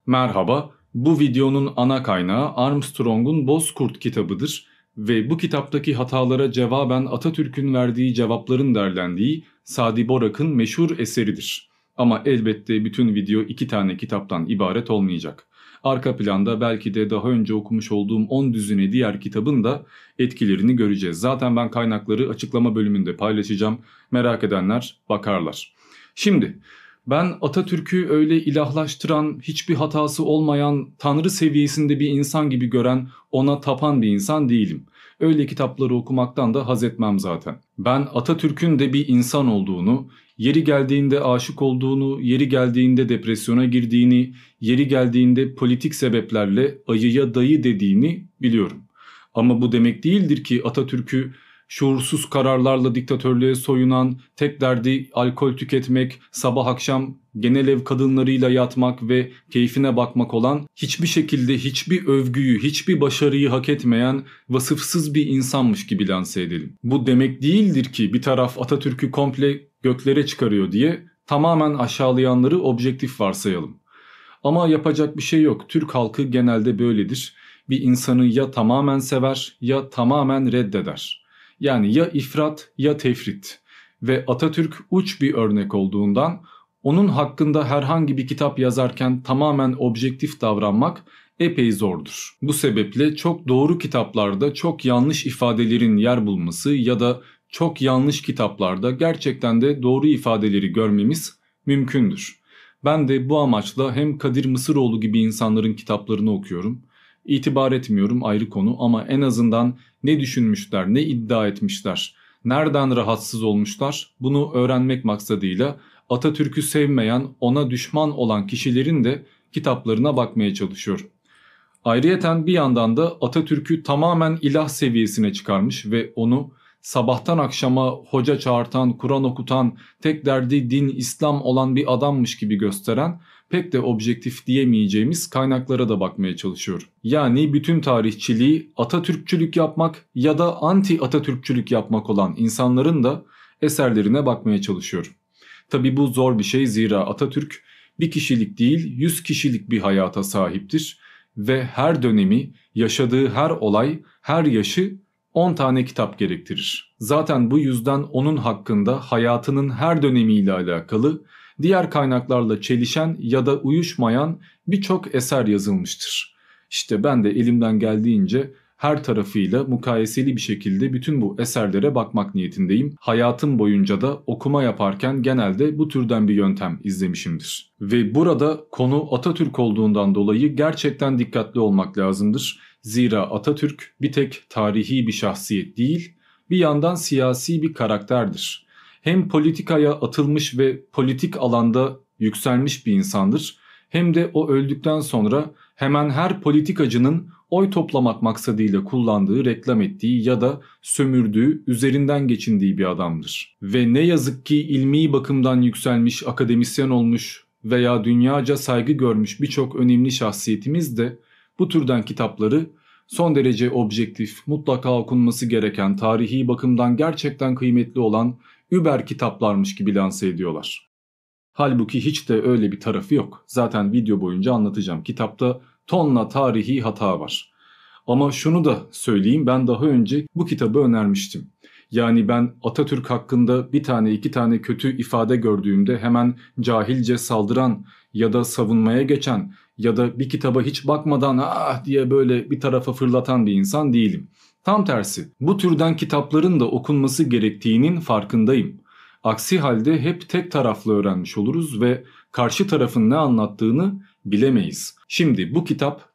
Merhaba, bu videonun ana kaynağı Armstrong'un Bozkurt kitabıdır ve bu kitaptaki hatalara cevaben Atatürk'ün verdiği cevapların derlendiği Sadi Borak'ın meşhur eseridir. Ama elbette bütün video 2 tane kitaptan ibaret olmayacak. Arka planda belki de daha önce okumuş olduğum 10 düzine diğer kitabın da etkilerini göreceğiz. Zaten ben kaynakları açıklama bölümünde paylaşacağım. Merak edenler bakarlar. Şimdi ben Atatürk'ü öyle ilahlaştıran, hiçbir hatası olmayan, tanrı seviyesinde bir insan gibi gören, ona tapan bir insan değilim. Öyle kitapları okumaktan da haz etmem zaten. Ben Atatürk'ün de bir insan olduğunu, yeri geldiğinde aşık olduğunu, yeri geldiğinde depresyona girdiğini, yeri geldiğinde politik sebeplerle ayıya dayı dediğini biliyorum. Ama bu demek değildir ki Atatürk'ü şuursuz kararlarla diktatörlüğe soyunan, tek derdi alkol tüketmek, sabah akşam genel ev kadınlarıyla yatmak ve keyfine bakmak olan, hiçbir şekilde hiçbir övgüyü, hiçbir başarıyı hak etmeyen vasıfsız bir insanmış gibi lanse edelim. Bu demek değildir ki bir taraf Atatürk'ü komple göklere çıkarıyor diye tamamen aşağılayanları objektif varsayalım. Ama yapacak bir şey yok. Türk halkı genelde böyledir. Bir insanı ya tamamen sever ya tamamen reddeder. Yani ya ifrat ya tefrit. Ve Atatürk uç bir örnek olduğundan onun hakkında herhangi bir kitap yazarken tamamen objektif davranmak epey zordur. Bu sebeple çok doğru kitaplarda çok yanlış ifadelerin yer bulması ya da çok yanlış kitaplarda gerçekten de doğru ifadeleri görmemiz mümkündür. Ben de bu amaçla hem Kadir Mısıroğlu gibi insanların kitaplarını okuyorum. İtibar etmiyorum, ayrı konu, ama en azından ne düşünmüşler, ne iddia etmişler, nereden rahatsız olmuşlar, bunu öğrenmek maksadıyla Atatürk'ü sevmeyen, ona düşman olan kişilerin de kitaplarına bakmaya çalışıyorum. Ayrıyeten bir yandan da Atatürk'ü tamamen ilah seviyesine çıkarmış ve onu sabahtan akşama hoca çağırtan, Kur'an okutan, tek derdi din, İslam olan bir adammış gibi gösteren, pek de objektif diyemeyeceğimiz kaynaklara da bakmaya çalışıyorum. Yani bütün tarihçiliği Atatürkçülük yapmak ya da anti Atatürkçülük yapmak olan insanların da eserlerine bakmaya çalışıyorum. Tabi bu zor bir şey, zira Atatürk bir kişilik değil 100 kişilik bir hayata sahiptir ve her dönemi, yaşadığı her olay, her yaşı 10 tane kitap gerektirir. Zaten bu yüzden onun hakkında hayatının her dönemiyle alakalı, diğer kaynaklarla çelişen ya da uyuşmayan birçok eser yazılmıştır. İşte ben de elimden geldiğince her tarafıyla mukayeseli bir şekilde bütün bu eserlere bakmak niyetindeyim. Hayatım boyunca da okuma yaparken genelde bu türden bir yöntem izlemişimdir. Ve burada konu Atatürk olduğundan dolayı gerçekten dikkatli olmak lazımdır. Zira Atatürk bir tek tarihi bir şahsiyet değil, bir yandan siyasi bir karakterdir. Hem politikaya atılmış ve politik alanda yükselmiş bir insandır, hem de o öldükten sonra hemen her politikacının oy toplamak maksadıyla kullandığı, reklam ettiği ya da sömürdüğü, üzerinden geçindiği bir adamdır. Ve ne yazık ki ilmi bakımdan yükselmiş, akademisyen olmuş veya dünyaca saygı görmüş birçok önemli şahsiyetimiz de bu türden kitapları son derece objektif, mutlaka okunması gereken, tarihi bakımdan gerçekten kıymetli olan über kitaplarmış gibi lanse ediyorlar. Halbuki hiç de öyle bir tarafı yok. Zaten video boyunca anlatacağım. Kitapta tonla tarihi hata var. Ama şunu da söyleyeyim, ben daha önce bu kitabı önermiştim. Yani ben Atatürk hakkında bir tane 2 tane kötü ifade gördüğümde hemen cahilce saldıran ya da savunmaya geçen ya da bir kitaba hiç bakmadan ah diye böyle bir tarafa fırlatan bir insan değilim. Tam tersi, bu türden kitapların da okunması gerektiğinin farkındayım. Aksi halde hep tek taraflı öğrenmiş oluruz ve karşı tarafın ne anlattığını bilemeyiz. Şimdi bu kitap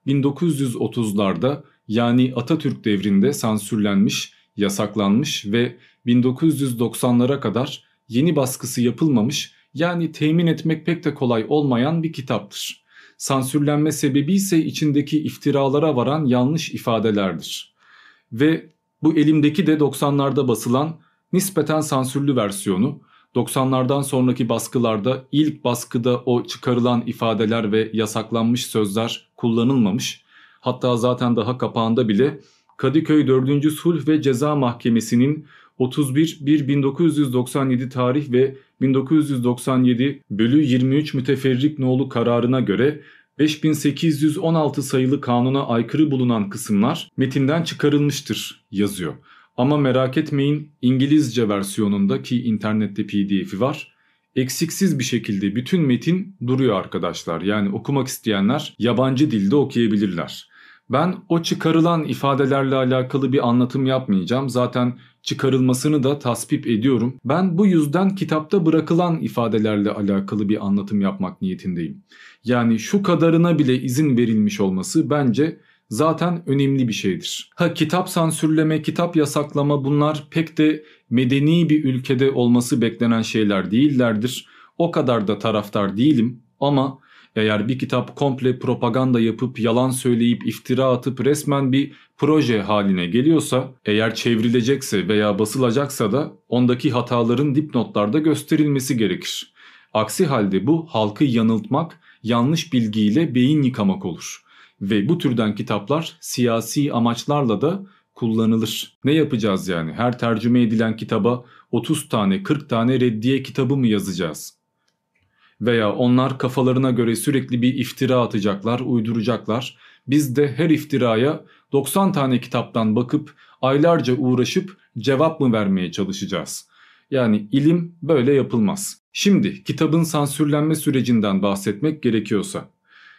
1930'larda yani Atatürk devrinde sansürlenmiş, yasaklanmış ve 1990'lara kadar yeni baskısı yapılmamış, yani temin etmek pek de kolay olmayan bir kitaptır. Sansürlenme sebebi ise içindeki iftiralara varan yanlış ifadelerdir. Ve bu elimdeki de 90'larda basılan nispeten sansürlü versiyonu. 90'lardan sonraki baskılarda ilk baskıda o çıkarılan ifadeler ve yasaklanmış sözler kullanılmamış. Hatta zaten daha kapağında bile Kadıköy 4. Sulh ve Ceza Mahkemesi'nin 31.1.1997 tarih ve 1997/23 müteferrik nolu kararına göre 5816 sayılı kanuna aykırı bulunan kısımlar metinden çıkarılmıştır yazıyor. Ama merak etmeyin, İngilizce versiyonunda, ki internette PDF'i var, eksiksiz bir şekilde bütün metin duruyor arkadaşlar. Yani okumak isteyenler yabancı dilde okuyabilirler. Ben o çıkarılan ifadelerle alakalı bir anlatım yapmayacağım. Zaten çıkarılmasını da tasvip ediyorum. Ben bu yüzden kitapta bırakılan ifadelerle alakalı bir anlatım yapmak niyetindeyim. Yani şu kadarına bile izin verilmiş olması bence zaten önemli bir şeydir. Kitap sansürleme, kitap yasaklama, bunlar pek de medeni bir ülkede olması beklenen şeyler değillerdir. O kadar da taraftar değilim ama eğer bir kitap komple propaganda yapıp yalan söyleyip iftira atıp resmen bir proje haline geliyorsa, eğer çevrilecekse veya basılacaksa da ondaki hataların dipnotlarda gösterilmesi gerekir. Aksi halde bu halkı yanıltmak, yanlış bilgiyle beyin yıkamak olur. Ve bu türden kitaplar siyasi amaçlarla da kullanılır. Ne yapacağız yani? Her tercüme edilen kitaba 30 tane 40 tane reddiye kitabı mı yazacağız? Veya onlar kafalarına göre sürekli bir iftira atacaklar, uyduracaklar. Biz de her iftiraya 90 tane kitaptan bakıp aylarca uğraşıp cevap mı vermeye çalışacağız? Yani ilim böyle yapılmaz. Şimdi kitabın sansürlenme sürecinden bahsetmek gerekiyorsa.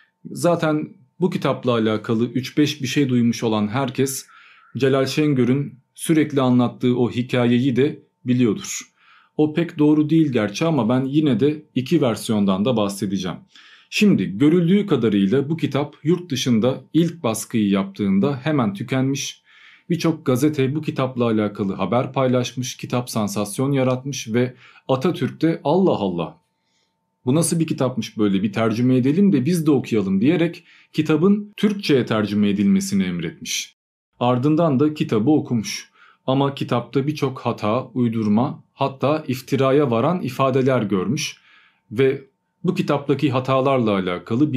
Zaten bu kitapla alakalı 3-5 bir şey duymuş olan herkes Celal Şengör'ün sürekli anlattığı o hikayeyi de biliyordur. O pek doğru değil gerçi ama ben yine de iki versiyondan da bahsedeceğim. Şimdi görüldüğü kadarıyla bu kitap yurt dışında ilk baskıyı yaptığında hemen tükenmiş. Birçok gazete bu kitapla alakalı haber paylaşmış, kitap sansasyon yaratmış ve Atatürk'te Allah Allah, bu nasıl bir kitapmış böyle, bir tercüme edelim de biz de okuyalım diyerek kitabın Türkçe'ye tercüme edilmesini emretmiş. Ardından da kitabı okumuş. Ama kitapta birçok hata, uydurma, hatta iftiraya varan ifadeler görmüş ve bu kitaptaki hatalarla alakalı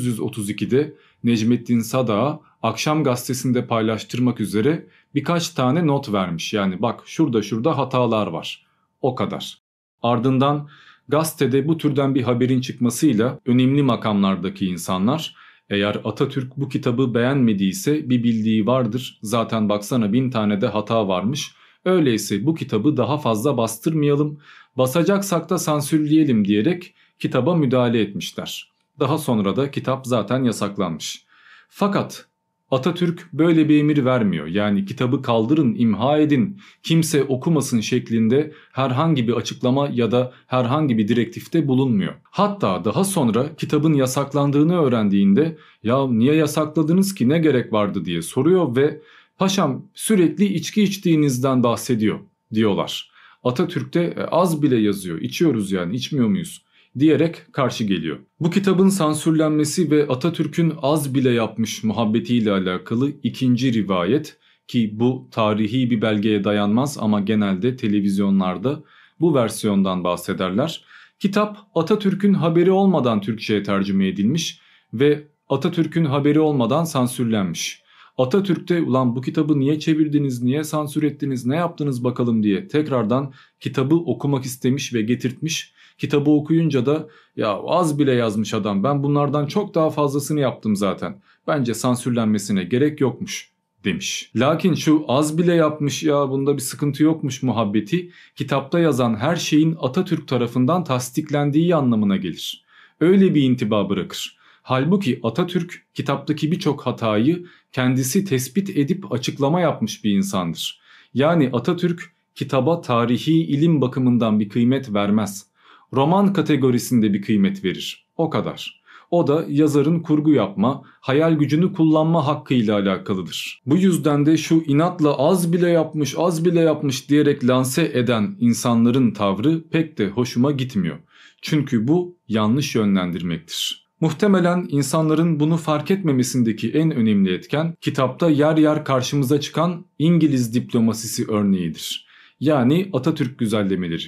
1932'de Necmettin Sadık'a Akşam Gazetesi'nde paylaştırmak üzere birkaç tane not vermiş. Yani bak şurada hatalar var. O kadar. Ardından gazetede bu türden bir haberin çıkmasıyla önemli makamlardaki insanlar, eğer Atatürk bu kitabı beğenmediyse bir bildiği vardır. Zaten baksana 1000 tane de hata varmış. Öyleyse bu kitabı daha fazla bastırmayalım, basacaksak da sansürleyelim diyerek kitaba müdahale etmişler. Daha sonra da kitap zaten yasaklanmış. Fakat Atatürk böyle bir emir vermiyor. Yani kitabı kaldırın, imha edin, kimse okumasın şeklinde herhangi bir açıklama ya da herhangi bir direktifte bulunmuyor. Hatta daha sonra kitabın yasaklandığını öğrendiğinde ya niye yasakladınız ki, ne gerek vardı diye soruyor ve paşam sürekli içki içtiğinizden bahsediyor diyorlar. Atatürk de az bile yazıyor, içiyoruz yani, içmiyor muyuz diyerek karşı geliyor. Bu kitabın sansürlenmesi ve Atatürk'ün az bile yapmış muhabbetiyle alakalı ikinci rivayet, ki bu tarihi bir belgeye dayanmaz ama genelde televizyonlarda bu versiyondan bahsederler. Kitap Atatürk'ün haberi olmadan Türkçe'ye tercüme edilmiş ve Atatürk'ün haberi olmadan sansürlenmiş. Atatürk de ulan bu kitabı niye çevirdiniz, niye sansür ettiniz, ne yaptınız bakalım diye tekrardan kitabı okumak istemiş ve getirtmiş. Kitabı okuyunca da ya az bile yazmış adam, ben bunlardan çok daha fazlasını yaptım zaten, bence sansürlenmesine gerek yokmuş demiş. Lakin şu az bile yapmış ya bunda bir sıkıntı yokmuş muhabbeti kitapta yazan her şeyin Atatürk tarafından tasdiklendiği anlamına gelir. Öyle bir intiba bırakır. Halbuki Atatürk kitaptaki birçok hatayı kendisi tespit edip açıklama yapmış bir insandır. Yani Atatürk kitaba tarihi ilim bakımından bir kıymet vermez. Roman kategorisinde bir kıymet verir. O kadar. O da yazarın kurgu yapma, hayal gücünü kullanma hakkıyla alakalıdır. Bu yüzden de şu inatla az bile yapmış diyerek lanse eden insanların tavrı pek de hoşuma gitmiyor. Çünkü bu yanlış yönlendirmektir. Muhtemelen insanların bunu fark etmemesindeki en önemli etken kitapta yer yer karşımıza çıkan İngiliz diplomasisi örneğidir. Yani Atatürk güzellemeleri.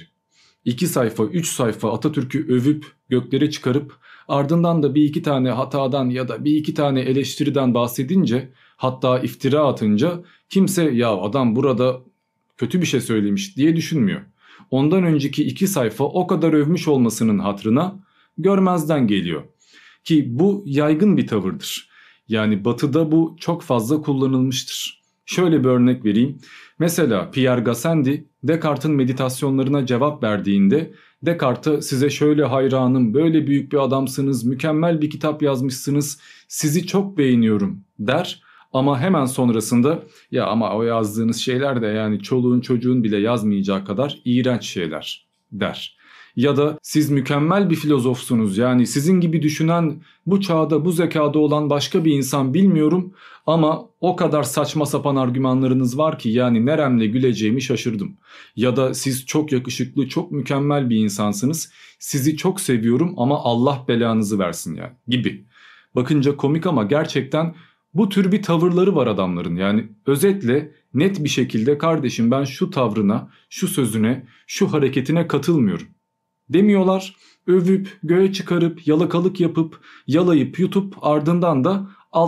2 sayfa 3 sayfa Atatürk'ü övüp göklere çıkarıp ardından da bir iki tane hatadan ya da bir iki tane eleştiriden bahsedince, hatta iftira atınca kimse ya adam burada kötü bir şey söylemiş diye düşünmüyor. Ondan önceki 2 sayfa o kadar övmüş olmasının hatırına görmezden geliyor. Ki bu yaygın bir tavırdır. Yani Batı'da bu çok fazla kullanılmıştır. Şöyle bir örnek vereyim. Mesela Pierre Gassendi Descartes'in meditasyonlarına cevap verdiğinde Descartes'a size şöyle hayranım, böyle büyük bir adamsınız, mükemmel bir kitap yazmışsınız, sizi çok beğeniyorum der. Ama hemen sonrasında ya ama o yazdığınız şeyler de yani çoluğun çocuğun bile yazmayacağı kadar iğrenç şeyler der. Ya da siz mükemmel bir filozofsunuz, yani sizin gibi düşünen bu çağda bu zekada olan başka bir insan bilmiyorum ama o kadar saçma sapan argümanlarınız var ki yani neremle güleceğimi şaşırdım. Ya da siz çok yakışıklı, çok mükemmel bir insansınız, sizi çok seviyorum ama Allah belanızı versin yani gibi. Bakınca komik ama gerçekten bu tür bir tavırları var adamların. Yani özetle net bir şekilde kardeşim ben şu tavrına, şu sözüne, şu hareketine katılmıyorum demiyorlar. Övüp, göğe çıkarıp, yalakalık yapıp, yalayıp yutup ardından da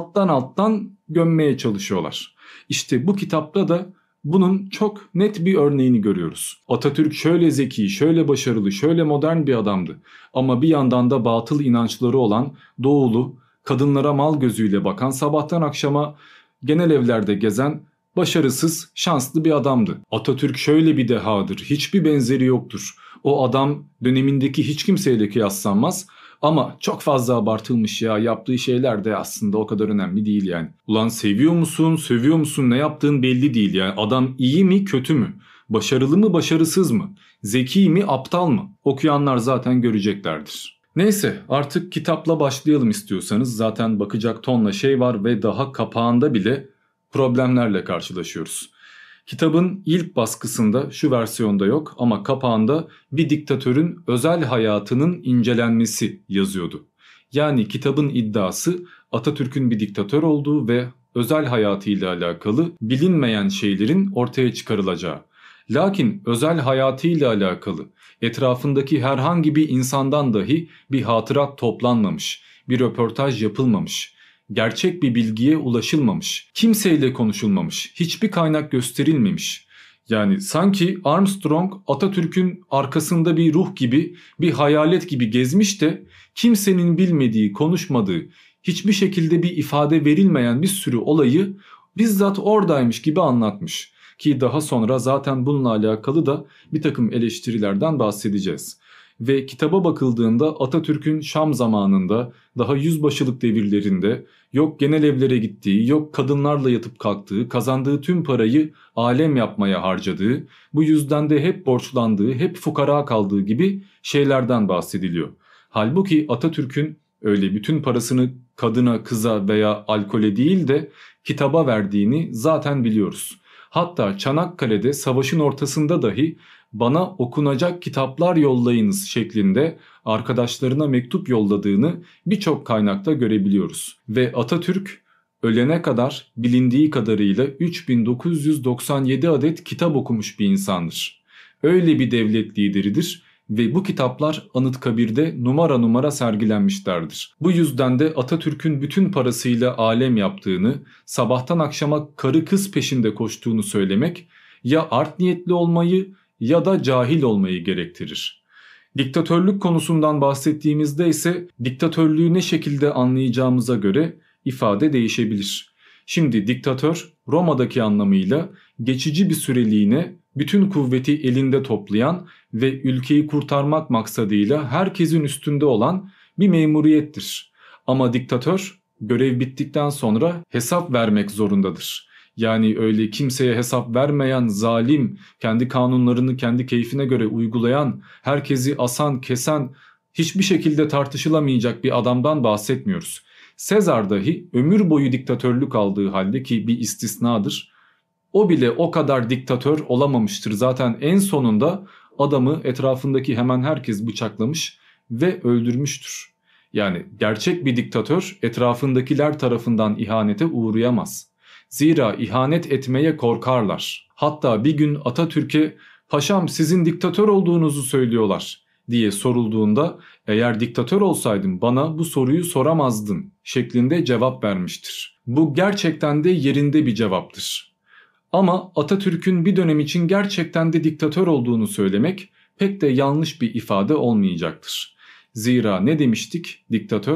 alttan gömmeye çalışıyorlar. İşte bu kitapta da bunun çok net bir örneğini görüyoruz. Atatürk şöyle zeki, şöyle başarılı, şöyle modern bir adamdı. Ama bir yandan da batıl inançları olan, doğulu, kadınlara mal gözüyle bakan, sabahtan akşama genel evlerde gezen, başarısız, şanslı bir adamdı. Atatürk şöyle bir dehadır, hiçbir benzeri yoktur. O adam dönemindeki hiç kimseyle kıyaslanmaz ama çok fazla abartılmış ya, yaptığı şeyler de aslında o kadar önemli değil yani. Ulan seviyor musun, sövüyor musun, ne yaptığın belli değil yani. Adam iyi mi, kötü mü? Başarılı mı, başarısız mı? Zeki mi, aptal mı? Okuyanlar zaten göreceklerdir. Neyse artık kitapla başlayalım istiyorsanız. Zaten bakacak tonla şey var ve daha kapağında bile problemlerle karşılaşıyoruz. Kitabın ilk baskısında şu versiyonda yok ama kapağında bir diktatörün özel hayatının incelenmesi yazıyordu. Yani kitabın iddiası Atatürk'ün bir diktatör olduğu ve özel hayatıyla alakalı bilinmeyen şeylerin ortaya çıkarılacağı. Lakin özel hayatıyla alakalı etrafındaki herhangi bir insandan dahi bir hatırat toplanmamış, bir röportaj yapılmamış, gerçek bir bilgiye ulaşılmamış, kimseyle konuşulmamış, hiçbir kaynak gösterilmemiş. Yani sanki Armstrong Atatürk'ün arkasında bir ruh gibi, bir hayalet gibi gezmiş de kimsenin bilmediği, konuşmadığı, hiçbir şekilde bir ifade verilmeyen bir sürü olayı bizzat oradaymış gibi anlatmış. Ki daha sonra zaten bununla alakalı da bir takım eleştirilerden bahsedeceğiz. Ve kitaba bakıldığında Atatürk'ün Şam zamanında daha yüzbaşılık devirlerinde yok genel evlere gittiği, yok kadınlarla yatıp kalktığı, kazandığı tüm parayı alem yapmaya harcadığı, bu yüzden de hep borçlandığı, hep fukara kaldığı gibi şeylerden bahsediliyor. Halbuki Atatürk'ün öyle bütün parasını kadına, kıza veya alkole değil de kitaba verdiğini zaten biliyoruz. Hatta Çanakkale'de savaşın ortasında dahi bana okunacak kitaplar yollayınız şeklinde arkadaşlarına mektup yolladığını birçok kaynakta görebiliyoruz. Ve Atatürk ölene kadar bilindiği kadarıyla 3997 adet kitap okumuş bir insandır. Öyle bir devlet lideridir ve bu kitaplar Anıtkabir'de numara numara sergilenmişlerdir. Bu yüzden de Atatürk'ün bütün parasıyla alem yaptığını, sabahtan akşama karı kız peşinde koştuğunu söylemek ya art niyetli olmayı ya da cahil olmayı gerektirir. Diktatörlük konusundan bahsettiğimizde ise diktatörlüğü ne şekilde anlayacağımıza göre ifade değişebilir. Şimdi diktatör Roma'daki anlamıyla geçici bir süreliğine bütün kuvveti elinde toplayan ve ülkeyi kurtarmak maksadıyla herkesin üstünde olan bir memuriyettir. Ama diktatör görev bittikten sonra hesap vermek zorundadır. Yani öyle kimseye hesap vermeyen, zalim, kendi kanunlarını kendi keyfine göre uygulayan, herkesi asan, kesen, hiçbir şekilde tartışılamayacak bir adamdan bahsetmiyoruz. Sezar dahi ömür boyu diktatörlük aldığı halde ki bir istisnadır, o bile o kadar diktatör olamamıştır. Zaten en sonunda adamı etrafındaki hemen herkes bıçaklamış ve öldürmüştür. Yani gerçek bir diktatör etrafındakiler tarafından ihanete uğrayamaz. Zira ihanet etmeye korkarlar. Hatta bir gün Atatürk'e "Paşam sizin diktatör olduğunuzu söylüyorlar" diye sorulduğunda "Eğer diktatör olsaydım bana bu soruyu soramazdın" şeklinde cevap vermiştir. Bu gerçekten de yerinde bir cevaptır. Ama Atatürk'ün bir dönem için gerçekten de diktatör olduğunu söylemek pek de yanlış bir ifade olmayacaktır. Zira ne demiştik? Diktatör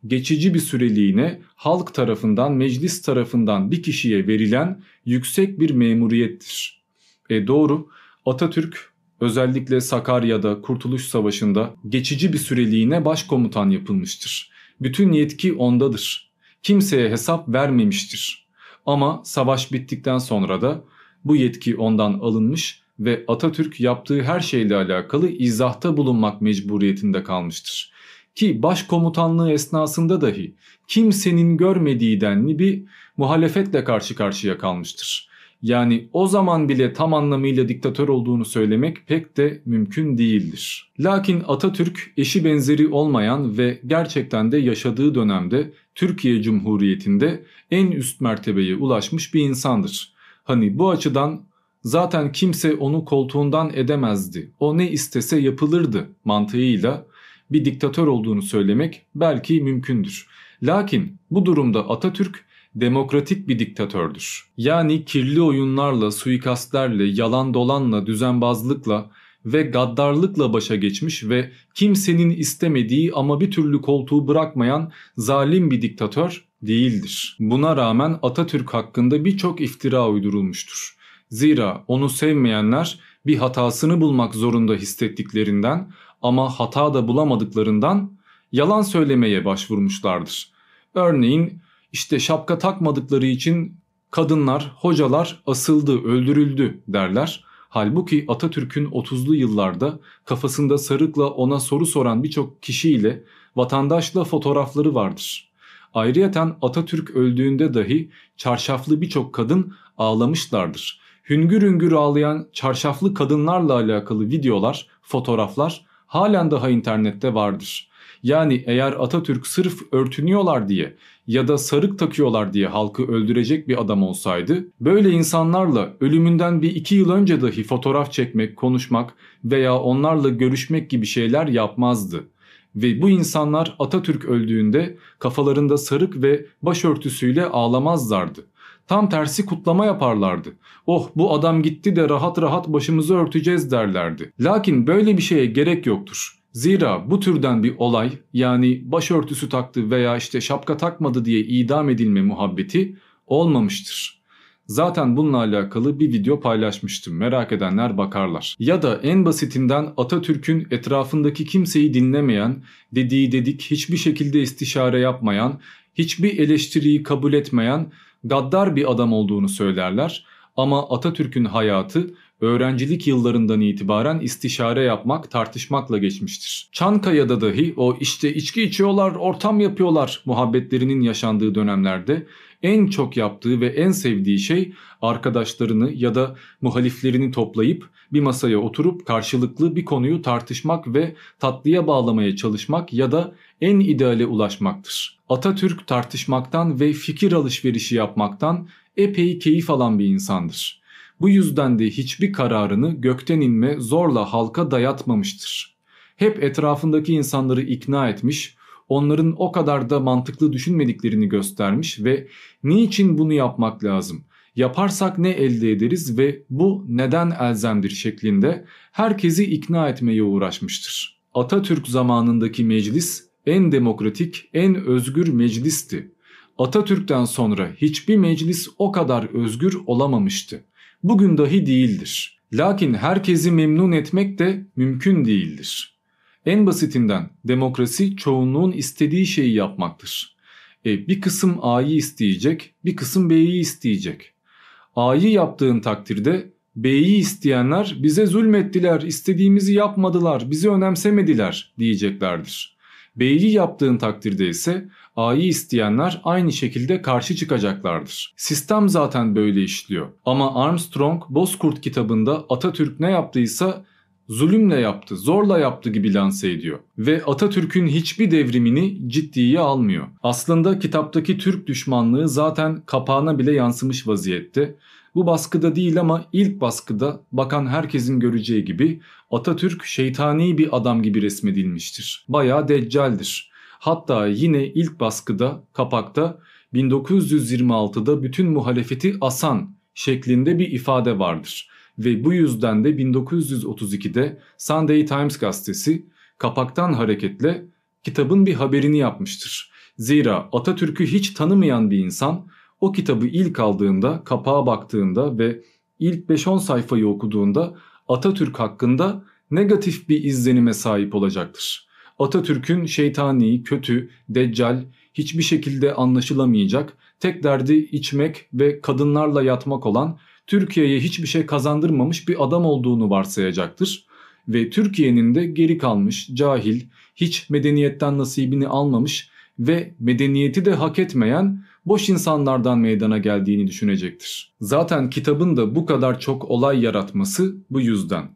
geçici bir süreliğine halk tarafından, meclis tarafından bir kişiye verilen yüksek bir memuriyettir. Doğru, Atatürk özellikle Sakarya'da, Kurtuluş Savaşı'nda geçici bir süreliğine başkomutan yapılmıştır. Bütün yetki ondadır. Kimseye hesap vermemiştir. Ama savaş bittikten sonra da bu yetki ondan alınmış ve Atatürk yaptığı her şeyle alakalı izahta bulunmak mecburiyetinde kalmıştır. Ki başkomutanlığı esnasında dahi kimsenin görmediği denli bir muhalefetle karşı karşıya kalmıştır. Yani o zaman bile tam anlamıyla diktatör olduğunu söylemek pek de mümkün değildir. Lakin Atatürk eşi benzeri olmayan ve gerçekten de yaşadığı dönemde Türkiye Cumhuriyeti'nde en üst mertebeye ulaşmış bir insandır. Hani bu açıdan zaten kimse onu koltuğundan edemezdi. O ne istese yapılırdı mantığıyla bir diktatör olduğunu söylemek belki mümkündür. Lakin bu durumda Atatürk demokratik bir diktatördür. Yani kirli oyunlarla, suikastlerle, yalan dolanla, düzenbazlıkla ve gaddarlıkla başa geçmiş ve kimsenin istemediği ama bir türlü koltuğu bırakmayan zalim bir diktatör değildir. Buna rağmen Atatürk hakkında birçok iftira uydurulmuştur. Zira onu sevmeyenler bir hatasını bulmak zorunda hissettiklerinden ama hata da bulamadıklarından yalan söylemeye başvurmuşlardır. Örneğin İşte şapka takmadıkları için kadınlar, hocalar asıldı, öldürüldü derler. Halbuki Atatürk'ün 30'lu yıllarda kafasında sarıkla ona soru soran birçok kişiyle, vatandaşla fotoğrafları vardır. Ayrıyeten Atatürk öldüğünde dahi çarşaflı birçok kadın ağlamışlardır. Hüngür hüngür ağlayan çarşaflı kadınlarla alakalı videolar, fotoğraflar halen daha internette vardır. Yani eğer Atatürk sırf örtünüyorlar diye ya da sarık takıyorlar diye halkı öldürecek bir adam olsaydı, böyle insanlarla ölümünden bir 2 yıl önce dahi fotoğraf çekmek, konuşmak veya onlarla görüşmek gibi şeyler yapmazdı. Ve bu insanlar Atatürk öldüğünde kafalarında sarık ve başörtüsüyle ağlamazlardı. Tam tersi kutlama yaparlardı. Oh, bu adam gitti de rahat rahat başımızı örteceğiz derlerdi. Lakin böyle bir şeye gerek yoktur. Zira bu türden bir olay, yani başörtüsü taktı veya işte şapka takmadı diye idam edilme muhabbeti olmamıştır. Zaten bununla alakalı bir video paylaşmıştım. Merak edenler bakarlar. Ya da en basitinden Atatürk'ün etrafındaki kimseyi dinlemeyen, dediği dedik hiçbir şekilde istişare yapmayan, hiçbir eleştiriyi kabul etmeyen gaddar bir adam olduğunu söylerler. Ama Atatürk'ün hayatı öğrencilik yıllarından itibaren istişare yapmak, tartışmakla geçmiştir. Çankaya'da dahi o işte içki içiyorlar, ortam yapıyorlar muhabbetlerinin yaşandığı dönemlerde en çok yaptığı ve en sevdiği şey arkadaşlarını ya da muhaliflerini toplayıp bir masaya oturup karşılıklı bir konuyu tartışmak ve tatlıya bağlamaya çalışmak ya da en ideale ulaşmaktır. Atatürk tartışmaktan ve fikir alışverişi yapmaktan epey keyif alan bir insandır. Bu yüzden de hiçbir kararını gökten inme zorla halka dayatmamıştır. Hep etrafındaki insanları ikna etmiş, onların o kadar da mantıklı düşünmediklerini göstermiş ve niçin bunu yapmak lazım, yaparsak ne elde ederiz ve bu neden elzemdir şeklinde herkesi ikna etmeye uğraşmıştır. Atatürk zamanındaki meclis en demokratik, en özgür meclisti. Atatürk'ten sonra hiçbir meclis o kadar özgür olamamıştı. Bugün dahi değildir. Lakin herkesi memnun etmek de mümkün değildir. En basitinden demokrasi çoğunluğun istediği şeyi yapmaktır. Bir kısım A'yı isteyecek, bir kısım B'yi isteyecek. A'yı yaptığın takdirde B'yi isteyenler bize zulmettiler, istediğimizi yapmadılar, bizi önemsemediler diyeceklerdir. B'yi yaptığın takdirde ise A'yı isteyenler aynı şekilde karşı çıkacaklardır. Sistem zaten böyle işliyor. Ama Armstrong Bozkurt kitabında Atatürk ne yaptıysa zulümle yaptı, zorla yaptı gibi lanse ediyor. Ve Atatürk'ün hiçbir devrimini ciddiye almıyor. Aslında kitaptaki Türk düşmanlığı zaten kapağına bile yansımış vaziyette. Bu baskıda değil ama ilk baskıda bakan herkesin göreceği gibi Atatürk şeytani bir adam gibi resmedilmiştir. Bayağı deccaldir. Hatta yine ilk baskıda, kapakta 1926'da bütün muhalefeti asan şeklinde bir ifade vardır. Ve bu yüzden de 1932'de Sunday Times gazetesi kapaktan hareketle kitabın bir haberini yapmıştır. Zira Atatürk'ü hiç tanımayan bir insan o kitabı ilk aldığında, kapağa baktığında ve ilk 5-10 sayfayı okuduğunda Atatürk hakkında negatif bir izlenime sahip olacaktır. Atatürk'ün şeytani, kötü, deccal, hiçbir şekilde anlaşılamayacak, tek derdi içmek ve kadınlarla yatmak olan, Türkiye'ye hiçbir şey kazandırmamış bir adam olduğunu varsayacaktır. Ve Türkiye'nin de geri kalmış, cahil, hiç medeniyetten nasibini almamış ve medeniyeti de hak etmeyen boş insanlardan meydana geldiğini düşünecektir. Zaten kitabın da bu kadar çok olay yaratması bu yüzden.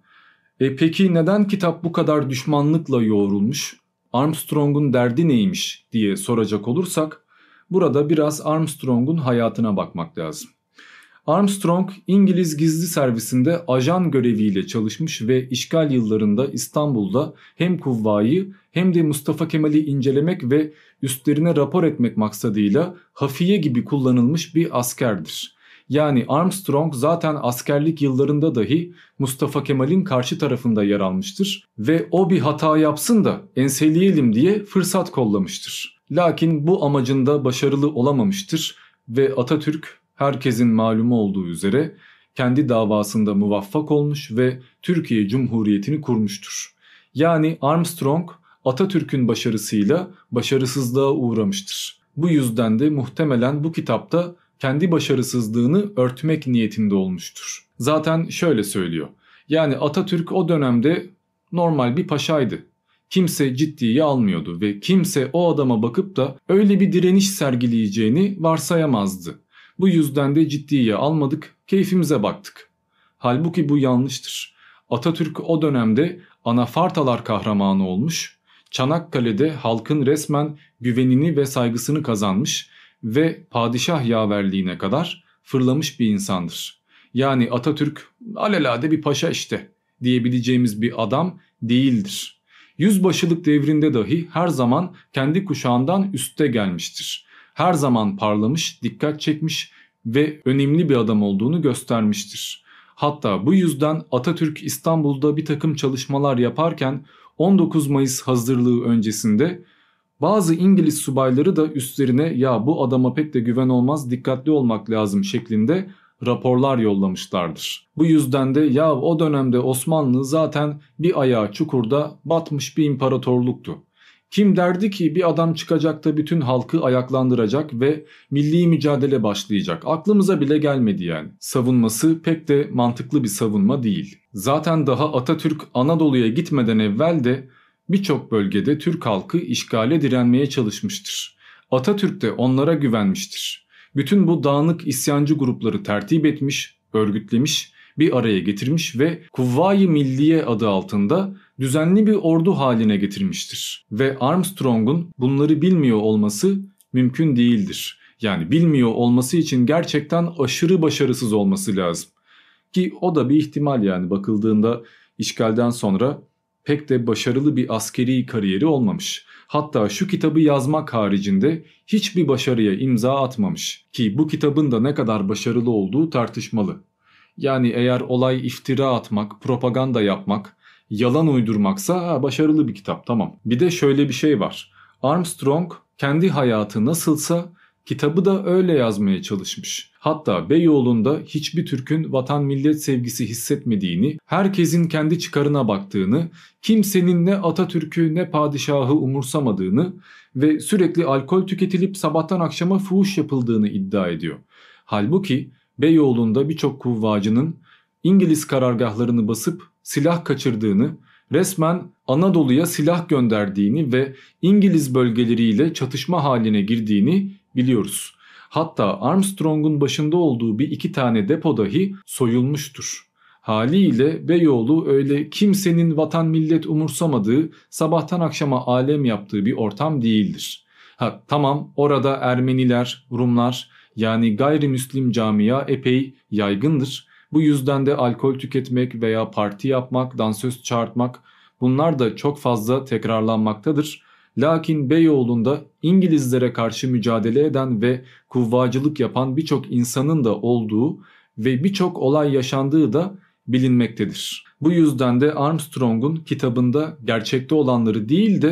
Peki neden kitap bu kadar düşmanlıkla yoğrulmuş? Armstrong'un derdi neymiş diye soracak olursak, burada biraz Armstrong'un hayatına bakmak lazım. Armstrong, İngiliz gizli servisinde ajan göreviyle çalışmış ve işgal yıllarında İstanbul'da hem kuvvayı hem de Mustafa Kemal'i incelemek ve üstlerine rapor etmek maksadıyla hafiye gibi kullanılmış bir askerdir. Yani Armstrong zaten askerlik yıllarında dahi Mustafa Kemal'in karşı tarafında yer almıştır ve o bir hata yapsın da enseleyelim diye fırsat kollamıştır. Lakin bu amacında başarılı olamamıştır ve Atatürk, herkesin malumu olduğu üzere, kendi davasında muvaffak olmuş ve Türkiye Cumhuriyeti'ni kurmuştur. Yani Armstrong Atatürk'ün başarısıyla başarısızlığa uğramıştır. Bu yüzden de muhtemelen bu kitapta kendi başarısızlığını örtmek niyetinde olmuştur. Zaten şöyle söylüyor. Yani Atatürk o dönemde normal bir paşaydı. Kimse ciddiye almıyordu ve kimse o adama bakıp da öyle bir direniş sergileyeceğini varsayamazdı. Bu yüzden de ciddiye almadık, keyfimize baktık. Halbuki bu yanlıştır. Atatürk o dönemde Anafartalar kahramanı olmuş, Çanakkale'de halkın resmen güvenini ve saygısını kazanmış ve padişah yaverliğine kadar fırlamış bir insandır. Yani Atatürk alelade bir paşa işte diyebileceğimiz bir adam değildir. Yüzbaşılık devrinde dahi her zaman kendi kuşağından üste gelmiştir. Her zaman parlamış, dikkat çekmiş ve önemli bir adam olduğunu göstermiştir. Hatta bu yüzden Atatürk İstanbul'da bir takım çalışmalar yaparken 19 Mayıs hazırlığı öncesinde bazı İngiliz subayları da üstlerine "ya bu adama pek de güven olmaz, dikkatli olmak lazım" şeklinde raporlar yollamışlardır. Bu yüzden de ya o dönemde Osmanlı zaten bir ayağı çukurda batmış bir imparatorluktu. Kim derdi ki bir adam çıkacak da bütün halkı ayaklandıracak ve milli mücadele başlayacak? Aklımıza bile gelmedi yani. Savunması pek de mantıklı bir savunma değil. Zaten daha Atatürk Anadolu'ya gitmeden evvel de birçok bölgede Türk halkı işgale direnmeye çalışmıştır. Atatürk de onlara güvenmiştir. Bütün bu dağınık isyancı grupları tertip etmiş, örgütlemiş, bir araya getirmiş ve Kuvvayi Milliye adı altında düzenli bir ordu haline getirmiştir. Ve Armstrong'un bunları bilmiyor olması mümkün değildir. Yani bilmiyor olması için gerçekten aşırı başarısız olması lazım. Ki o da bir ihtimal, yani bakıldığında işgalden sonra pek de başarılı bir askeri kariyeri olmamış. Hatta şu kitabı yazmak haricinde hiçbir başarıya imza atmamış. Ki bu kitabın da ne kadar başarılı olduğu tartışmalı. Yani eğer olay iftira atmak, propaganda yapmak, yalan uydurmaksa başarılı bir kitap, tamam. Bir de şöyle bir şey var. Armstrong kendi hayatı nasılsa kitabı da öyle yazmaya çalışmış. Hatta Beyoğlu'nda hiçbir Türk'ün vatan millet sevgisi hissetmediğini, herkesin kendi çıkarına baktığını, kimsenin ne Atatürk'ü ne padişahı umursamadığını ve sürekli alkol tüketilip sabahtan akşama fuhuş yapıldığını iddia ediyor. Halbuki Beyoğlu'nda birçok kuvvacının İngiliz karargahlarını basıp silah kaçırdığını, resmen Anadolu'ya silah gönderdiğini ve İngiliz bölgeleriyle çatışma haline girdiğini biliyoruz. Hatta Armstrong'un başında olduğu bir iki tane depo dahi soyulmuştur. Haliyle Beyoğlu öyle kimsenin vatan millet umursamadığı, sabahtan akşama alem yaptığı bir ortam değildir. Tamam, orada Ermeniler, Rumlar, yani gayrimüslim camia epey yaygındır. Bu yüzden de alkol tüketmek veya parti yapmak, dansöz çağırtmak, bunlar da çok fazla tekrarlanmaktadır. Lakin Beyoğlu'nda İngilizlere karşı mücadele eden ve kuvvacılık yapan birçok insanın da olduğu ve birçok olay yaşandığı da bilinmektedir. Bu yüzden de Armstrong'un kitabında gerçekte olanları değil de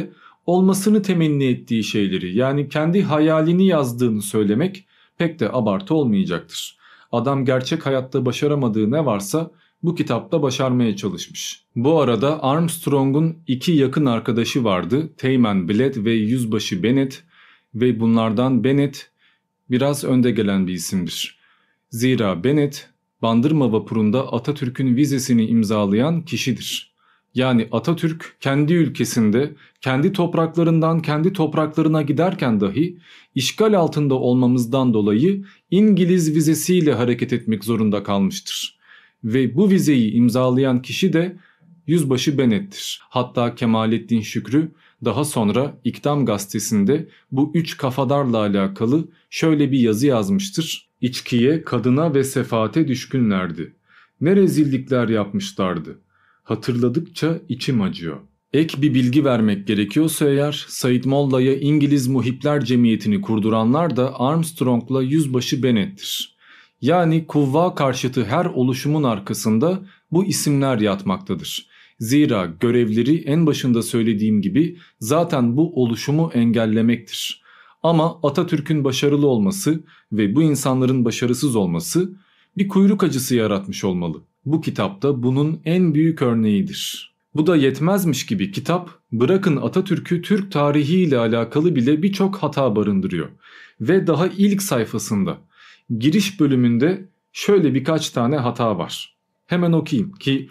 olmasını temenni ettiği şeyleri, yani kendi hayalini yazdığını söylemek pek de abartı olmayacaktır. Adam gerçek hayatta başaramadığı ne varsa bu kitapta başarmaya çalışmış. Bu arada Armstrong'un 2 yakın arkadaşı vardı. Teğmen Bled ve Yüzbaşı Bennett, ve bunlardan Bennett biraz önde gelen bir isimdir. Zira Bennett Bandırma vapurunda Atatürk'ün vizesini imzalayan kişidir. Yani Atatürk kendi ülkesinde, kendi topraklarından kendi topraklarına giderken dahi işgal altında olmamızdan dolayı İngiliz vizesiyle hareket etmek zorunda kalmıştır. Ve bu vizeyi imzalayan kişi de Yüzbaşı Bennett'tir. Hatta Kemalettin Şükrü daha sonra İktam gazetesinde bu 3 kafadarla alakalı şöyle bir yazı yazmıştır. İçkiye, kadına ve sefaate düşkünlerdi. Ne rezillikler yapmışlardı. Hatırladıkça içim acıyor. Ek bir bilgi vermek gerekiyorsa eğer, Said Molla'ya İngiliz Muhipler Cemiyeti'ni kurduranlar da Armstrong'la Yüzbaşı Bennett'tir. Yani kuvva karşıtı her oluşumun arkasında bu isimler yatmaktadır. Zira görevleri en başında söylediğim gibi zaten bu oluşumu engellemektir. Ama Atatürk'ün başarılı olması ve bu insanların başarısız olması bir kuyruk acısı yaratmış olmalı. Bu kitapta bunun en büyük örneğidir. Bu da yetmezmiş gibi kitap, bırakın Atatürk'ü, Türk tarihiyle alakalı bile birçok hata barındırıyor. Ve daha ilk sayfasında, giriş bölümünde şöyle birkaç tane hata var. Hemen okuyayım ki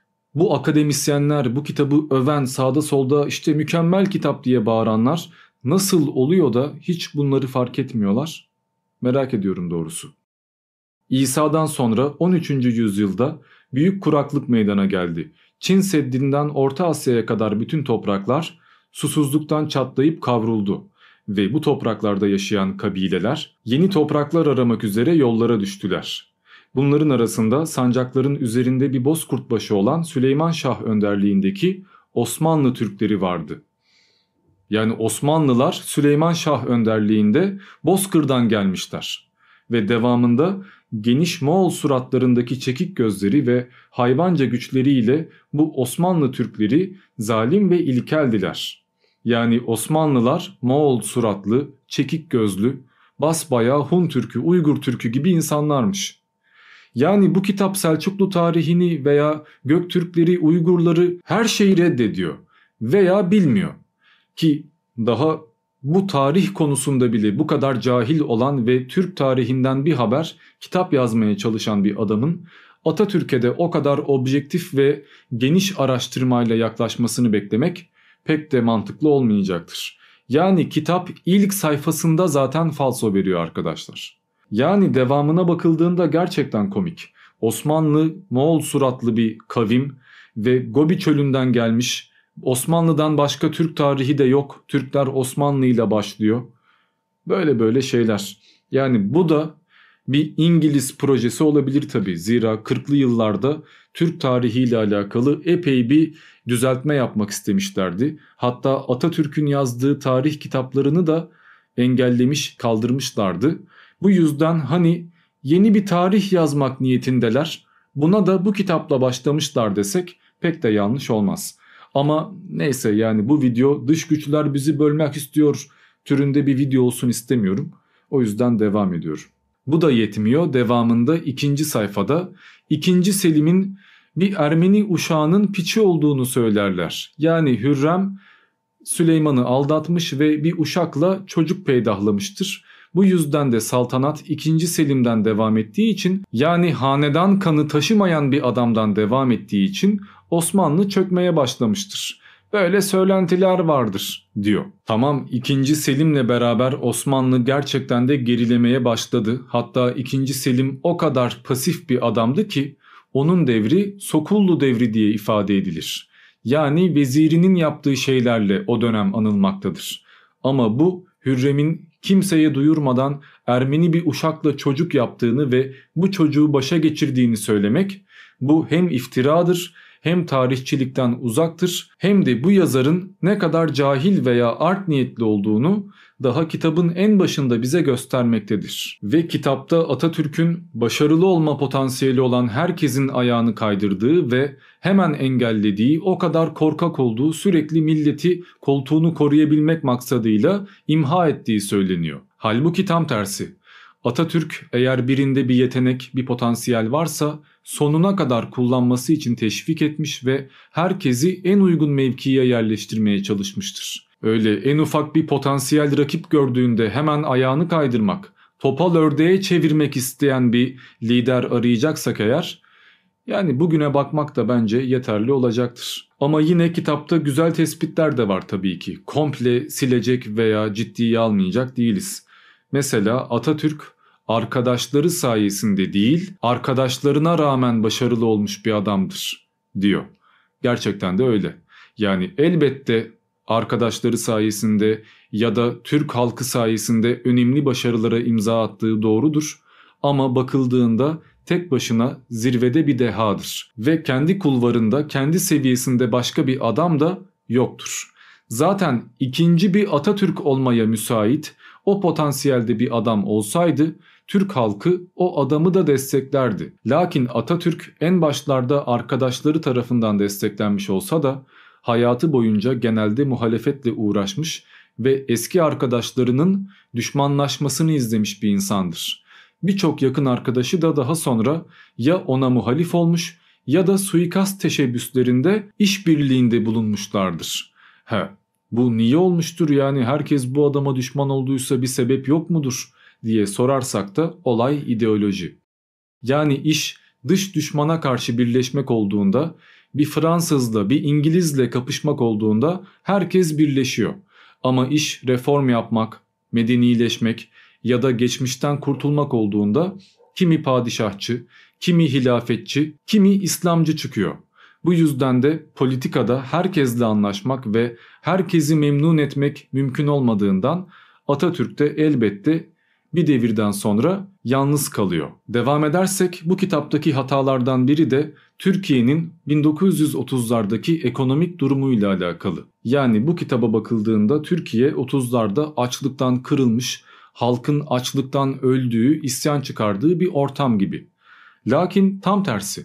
bu akademisyenler, bu kitabı öven, sağda solda işte mükemmel kitap diye bağıranlar nasıl oluyor da hiç bunları fark etmiyorlar? Merak ediyorum doğrusu. İsa'dan sonra 13. yüzyılda büyük kuraklık meydana geldi. Çin Seddi'nden Orta Asya'ya kadar bütün topraklar susuzluktan çatlayıp kavruldu. Ve bu topraklarda yaşayan kabileler yeni topraklar aramak üzere yollara düştüler. Bunların arasında sancakların üzerinde bir bozkurt başı olan Süleyman Şah önderliğindeki Osmanlı Türkleri vardı. Yani Osmanlılar Süleyman Şah önderliğinde Bozkır'dan gelmişler. Ve devamında geniş Moğol suratlarındaki çekik gözleri ve hayvanca güçleriyle bu Osmanlı Türkleri zalim ve ilkeldiler. Yani Osmanlılar Moğol suratlı, çekik gözlü, basbayağı Hun Türkü, Uygur Türkü gibi insanlarmış. Yani bu kitap Selçuklu tarihini veya Göktürkleri, Uygurları her şeyi reddediyor veya bilmiyor. Ki daha bu tarih konusunda bile bu kadar cahil olan ve Türk tarihinden bir haber kitap yazmaya çalışan bir adamın Atatürk'e de o kadar objektif ve geniş araştırmayla yaklaşmasını beklemek pek de mantıklı olmayacaktır. Yani kitap ilk sayfasında zaten falso veriyor arkadaşlar. Yani devamına bakıldığında gerçekten komik. Osmanlı, Moğol suratlı bir kavim ve Gobi çölünden gelmiş. Osmanlı'dan başka Türk tarihi de yok. Türkler Osmanlı ile başlıyor. Böyle şeyler. Yani bu da bir İngiliz projesi olabilir tabii. Zira 40'lı yıllarda Türk tarihiyle alakalı epey bir düzeltme yapmak istemişlerdi. Hatta Atatürk'ün yazdığı tarih kitaplarını da engellemiş, kaldırmışlardı. Bu yüzden hani yeni bir tarih yazmak niyetindeler. Buna da bu kitapla başlamışlar desek pek de yanlış olmaz. Ama neyse, yani bu video dış güçler bizi bölmek istiyor türünde bir video olsun istemiyorum. O yüzden devam ediyorum. Bu da yetmiyor. Devamında 2. sayfada 2. Selim'in bir Ermeni uşağının piçi olduğunu söylerler. Yani Hürrem Süleyman'ı aldatmış ve bir uşakla çocuk peydahlamıştır. Bu yüzden de saltanat 2. Selim'den devam ettiği için, yani hanedan kanı taşımayan bir adamdan devam ettiği için Osmanlı çökmeye başlamıştır. Böyle söylentiler vardır diyor. Tamam, 2. Selim'le beraber Osmanlı gerçekten de gerilemeye başladı. Hatta 2. Selim o kadar pasif bir adamdı ki onun devri Sokullu devri diye ifade edilir. Yani vezirinin yaptığı şeylerle o dönem anılmaktadır. Ama bu Hürrem'in kimseye duyurmadan Ermeni bir uşakla çocuk yaptığını ve bu çocuğu başa geçirdiğini söylemek, bu hem iftiradır hem tarihçilikten uzaktır hem de bu yazarın ne kadar cahil veya art niyetli olduğunu daha kitabın en başında bize göstermektedir. Ve kitapta Atatürk'ün başarılı olma potansiyeli olan herkesin ayağını kaydırdığı ve hemen engellediği, o kadar korkak olduğu, sürekli milleti koltuğunu koruyabilmek maksadıyla imha ettiği söyleniyor. Halbuki tam tersi. Atatürk eğer birinde bir yetenek, bir potansiyel varsa sonuna kadar kullanması için teşvik etmiş ve herkesi en uygun mevkiye yerleştirmeye çalışmıştır. Öyle en ufak bir potansiyel rakip gördüğünde hemen ayağını kaydırmak, topal ördeğe çevirmek isteyen bir lider arayacaksak eğer, yani bugüne bakmak da bence yeterli olacaktır. Ama yine kitapta güzel tespitler de var tabii ki. Komple silecek veya ciddiye almayacak değiliz. Mesela Atatürk arkadaşları sayesinde değil, arkadaşlarına rağmen başarılı olmuş bir adamdır diyor. Gerçekten de öyle. Yani elbette arkadaşları sayesinde ya da Türk halkı sayesinde önemli başarılara imza attığı doğrudur. Ama bakıldığında tek başına zirvede bir dehadır. Ve kendi kulvarında, kendi seviyesinde başka bir adam da yoktur. Zaten ikinci bir Atatürk olmaya müsait, o potansiyelde bir adam olsaydı Türk halkı o adamı da desteklerdi. Lakin Atatürk en başlarda arkadaşları tarafından desteklenmiş olsa da hayatı boyunca genelde muhalefetle uğraşmış ve eski arkadaşlarının düşmanlaşmasını izlemiş bir insandır. Birçok yakın arkadaşı da daha sonra ya ona muhalif olmuş ya da suikast teşebbüslerinde işbirliğinde bulunmuşlardır. Bu niye olmuştur, yani herkes bu adama düşman olduysa bir sebep yok mudur diye sorarsak da olay ideoloji. Yani iş dış düşmana karşı birleşmek olduğunda, bir Fransızla bir İngilizle kapışmak olduğunda herkes birleşiyor. Ama iş reform yapmak, medenileşmek ya da geçmişten kurtulmak olduğunda kimi padişahçı, kimi hilafetçi, kimi İslamcı çıkıyor. Bu yüzden de politikada herkesle anlaşmak ve herkesi memnun etmek mümkün olmadığından Atatürk de elbette bir devirden sonra yalnız kalıyor. Devam edersek bu kitaptaki hatalardan biri de Türkiye'nin 1930'lardaki ekonomik durumuyla alakalı. Yani bu kitaba bakıldığında Türkiye 30'larda açlıktan kırılmış, halkın açlıktan öldüğü, isyan çıkardığı bir ortam gibi. Lakin tam tersi.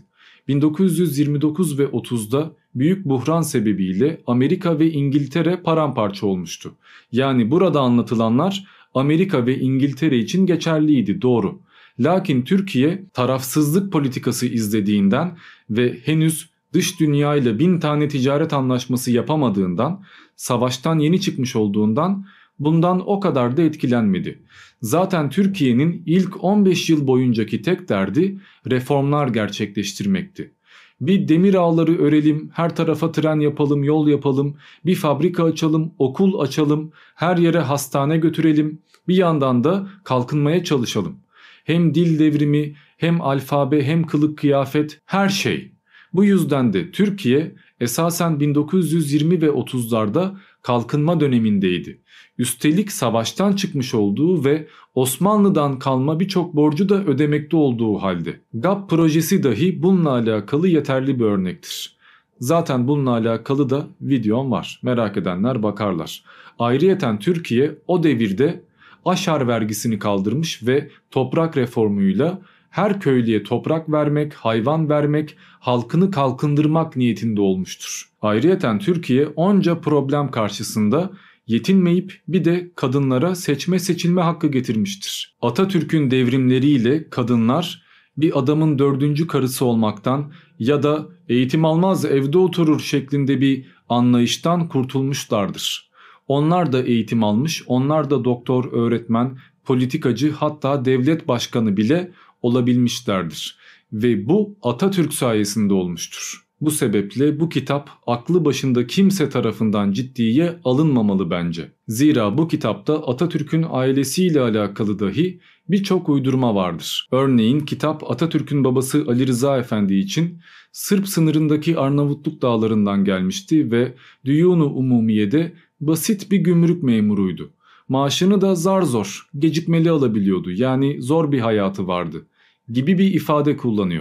1929 ve 30'da büyük buhran sebebiyle Amerika ve İngiltere paramparça olmuştu. Yani burada anlatılanlar Amerika ve İngiltere için geçerliydi, doğru. Lakin Türkiye tarafsızlık politikası izlediğinden ve henüz dış dünyayla 1000 tane ticaret anlaşması yapamadığından, savaştan yeni çıkmış olduğundan bundan o kadar da etkilenmedi. Zaten Türkiye'nin ilk 15 yıl boyuncaki tek derdi reformlar gerçekleştirmekti. Bir demir ağları örelim, her tarafa tren yapalım, yol yapalım, bir fabrika açalım, okul açalım, her yere hastane götürelim, bir yandan da kalkınmaya çalışalım. Hem dil devrimi, hem alfabe, hem kılık kıyafet, her şey. Bu yüzden de Türkiye esasen 1920 ve 30'larda kalkınma dönemindeydi. Üstelik savaştan çıkmış olduğu ve Osmanlı'dan kalma birçok borcu da ödemekte olduğu halde. GAP projesi dahi bununla alakalı yeterli bir örnektir. Zaten bununla alakalı da videom var. Merak edenler bakarlar. Ayrıyeten Türkiye o devirde aşar vergisini kaldırmış ve toprak reformuyla her köylüye toprak vermek, hayvan vermek, halkını kalkındırmak niyetinde olmuştur. Ayrıyeten Türkiye onca problem karşısında yetinmeyip bir de kadınlara seçme seçilme hakkı getirmiştir. Atatürk'ün devrimleriyle kadınlar bir adamın 4. karısı olmaktan ya da eğitim almaz evde oturur şeklinde bir anlayıştan kurtulmuşlardır. Onlar da eğitim almış, onlar da doktor, öğretmen, politikacı, hatta devlet başkanı bile olabilmişlerdir. Ve bu Atatürk sayesinde olmuştur. Bu sebeple bu kitap aklı başında kimse tarafından ciddiye alınmamalı bence. Zira bu kitapta Atatürk'ün ailesiyle alakalı dahi birçok uydurma vardır. Örneğin kitap Atatürk'ün babası Ali Rıza Efendi için Sırp sınırındaki Arnavutluk dağlarından gelmişti ve Düyun-u Umumiye'de basit bir gümrük memuruydu. Maaşını da zar zor, gecikmeli alabiliyordu, yani zor bir hayatı vardı gibi bir ifade kullanıyor.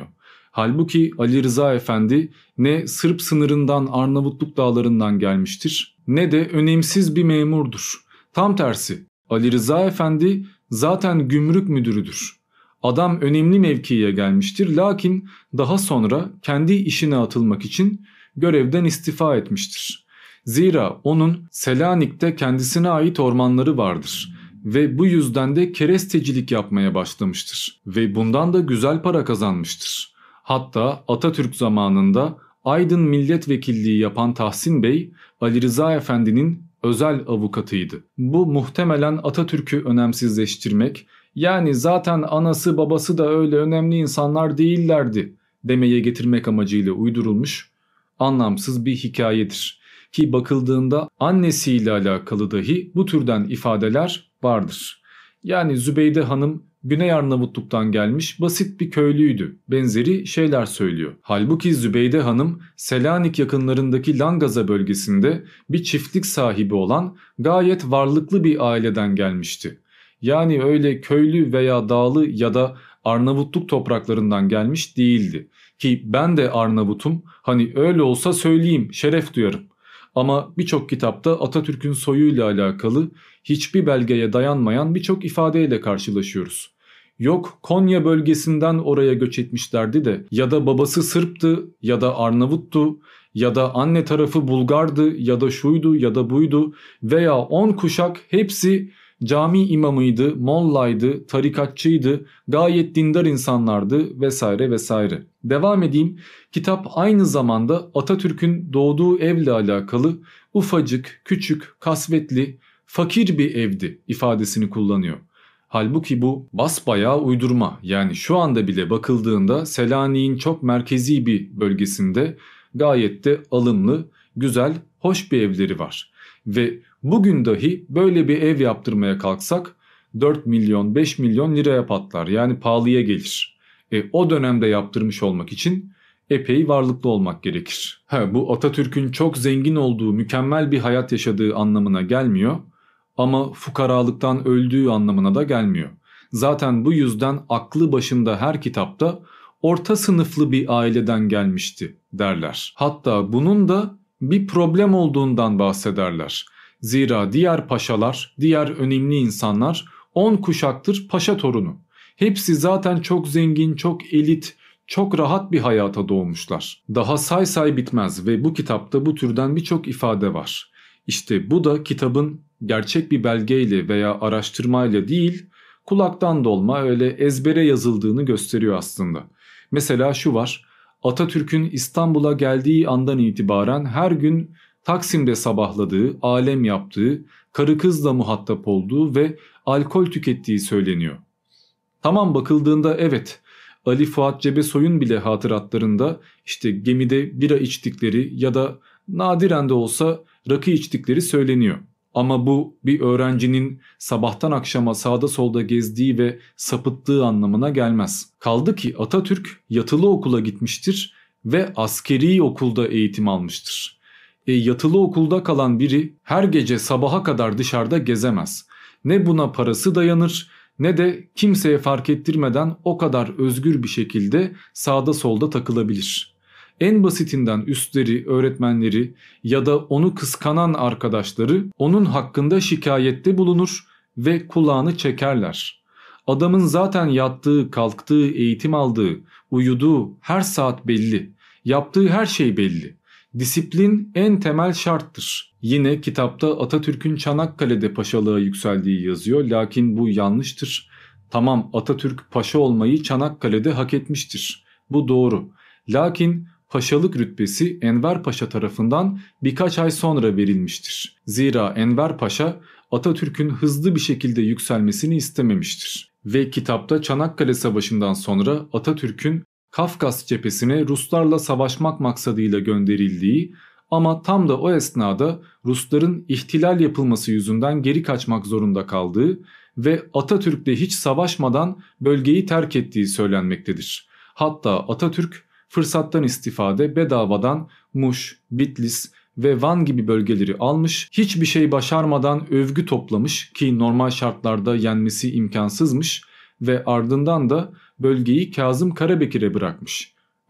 Halbuki Ali Rıza Efendi ne Sırp sınırından Arnavutluk dağlarından gelmiştir ne de önemsiz bir memurdur. Tam tersi, Ali Rıza Efendi zaten gümrük müdürüdür. Adam önemli mevkiye gelmiştir, lakin daha sonra kendi işine atılmak için görevden istifa etmiştir. Zira onun Selanik'te kendisine ait ormanları vardır ve bu yüzden de kerestecilik yapmaya başlamıştır ve bundan da güzel para kazanmıştır. Hatta Atatürk zamanında Aydın milletvekilliği yapan Tahsin Bey, Ali Rıza Efendi'nin özel avukatıydı. Bu muhtemelen Atatürk'ü önemsizleştirmek, yani zaten anası babası da öyle önemli insanlar değillerdi demeye getirmek amacıyla uydurulmuş anlamsız bir hikayedir. Ki bakıldığında annesiyle alakalı dahi bu türden ifadeler vardır. Yani Zübeyde Hanım Güney Arnavutluk'tan gelmiş basit bir köylüydü benzeri şeyler söylüyor. Halbuki Zübeyde Hanım Selanik yakınlarındaki Langaza bölgesinde bir çiftlik sahibi olan gayet varlıklı bir aileden gelmişti. Yani öyle köylü veya dağlı ya da Arnavutluk topraklarından gelmiş değildi. Ki ben de Arnavutum, hani öyle olsa söyleyeyim, şeref duyarım. Ama birçok kitapta Atatürk'ün soyuyla alakalı hiçbir belgeye dayanmayan birçok ifadeyle karşılaşıyoruz. Yok Konya bölgesinden oraya göç etmişlerdi de, ya da babası Sırp'tı ya da Arnavut'tu ya da anne tarafı Bulgar'dı ya da şuydu ya da buydu veya 10 kuşak hepsi cami imamıydı, mollaydı, tarikatçıydı, gayet dindar insanlardı vesaire vesaire. Devam edeyim. Kitap aynı zamanda Atatürk'ün doğduğu evle alakalı ufacık, küçük, kasvetli, fakir bir evdi ifadesini kullanıyor. Halbuki bu basbayağı uydurma. Yani şu anda bile bakıldığında Selanik'in çok merkezi bir bölgesinde gayet de alımlı, güzel, hoş bir evleri var. Ve bugün dahi böyle bir ev yaptırmaya kalksak 4 milyon 5 milyon liraya patlar, yani pahalıya gelir. O dönemde yaptırmış olmak için epey varlıklı olmak gerekir. Bu Atatürk'ün çok zengin olduğu, mükemmel bir hayat yaşadığı anlamına gelmiyor ama fukaralıktan öldüğü anlamına da gelmiyor. Zaten bu yüzden aklı başında her kitapta orta sınıflı bir aileden gelmişti derler. Hatta bunun da bir problem olduğundan bahsederler. Zira diğer paşalar, diğer önemli insanlar 10 kuşaktır paşa torunu. Hepsi zaten çok zengin, çok elit, çok rahat bir hayata doğmuşlar. Daha say say bitmez ve bu kitapta bu türden birçok ifade var. İşte bu da kitabın gerçek bir belgeyle veya araştırmayla değil, kulaktan dolma öyle ezbere yazıldığını gösteriyor aslında. Mesela şu var: Atatürk'ün İstanbul'a geldiği andan itibaren her gün Taksim'de sabahladığı, alem yaptığı, karı kızla muhatap olduğu ve alkol tükettiği söyleniyor. Tamam, bakıldığında evet, Ali Fuat Cebesoy'un bile hatıratlarında işte gemide bira içtikleri ya da nadiren de olsa rakı içtikleri söyleniyor. Ama bu bir öğrencinin sabahtan akşama sağda solda gezdiği ve sapıttığı anlamına gelmez. Kaldı ki Atatürk yatılı okula gitmiştir ve askeri okulda eğitim almıştır. Yatılı okulda kalan biri her gece sabaha kadar dışarıda gezemez. Ne buna parası dayanır ne de kimseye fark ettirmeden o kadar özgür bir şekilde sağda solda takılabilir. En basitinden üstleri, öğretmenleri ya da onu kıskanan arkadaşları onun hakkında şikayette bulunur ve kulağını çekerler. Adamın zaten yattığı, kalktığı, eğitim aldığı, uyuduğu her saat belli. Yaptığı her şey belli. Disiplin en temel şarttır. Yine kitapta Atatürk'ün Çanakkale'de paşalığa yükseldiği yazıyor, lakin bu yanlıştır. Tamam, Atatürk paşa olmayı Çanakkale'de hak etmiştir. Bu doğru. Lakin paşalık rütbesi Enver Paşa tarafından birkaç ay sonra verilmiştir. Zira Enver Paşa Atatürk'ün hızlı bir şekilde yükselmesini istememiştir. Ve kitapta Çanakkale Savaşı'ndan sonra Atatürk'ün Kafkas cephesine Ruslarla savaşmak maksadıyla gönderildiği ama tam da o esnada Rusların ihtilal yapılması yüzünden geri kaçmak zorunda kaldığı ve Atatürk'le hiç savaşmadan bölgeyi terk ettiği söylenmektedir. Hatta Atatürk fırsattan istifade bedavadan Muş, Bitlis ve Van gibi bölgeleri almış, hiçbir şey başarmadan övgü toplamış ki normal şartlarda yenmesi imkansızmış ve ardından da bölgeyi Kazım Karabekir'e bırakmış.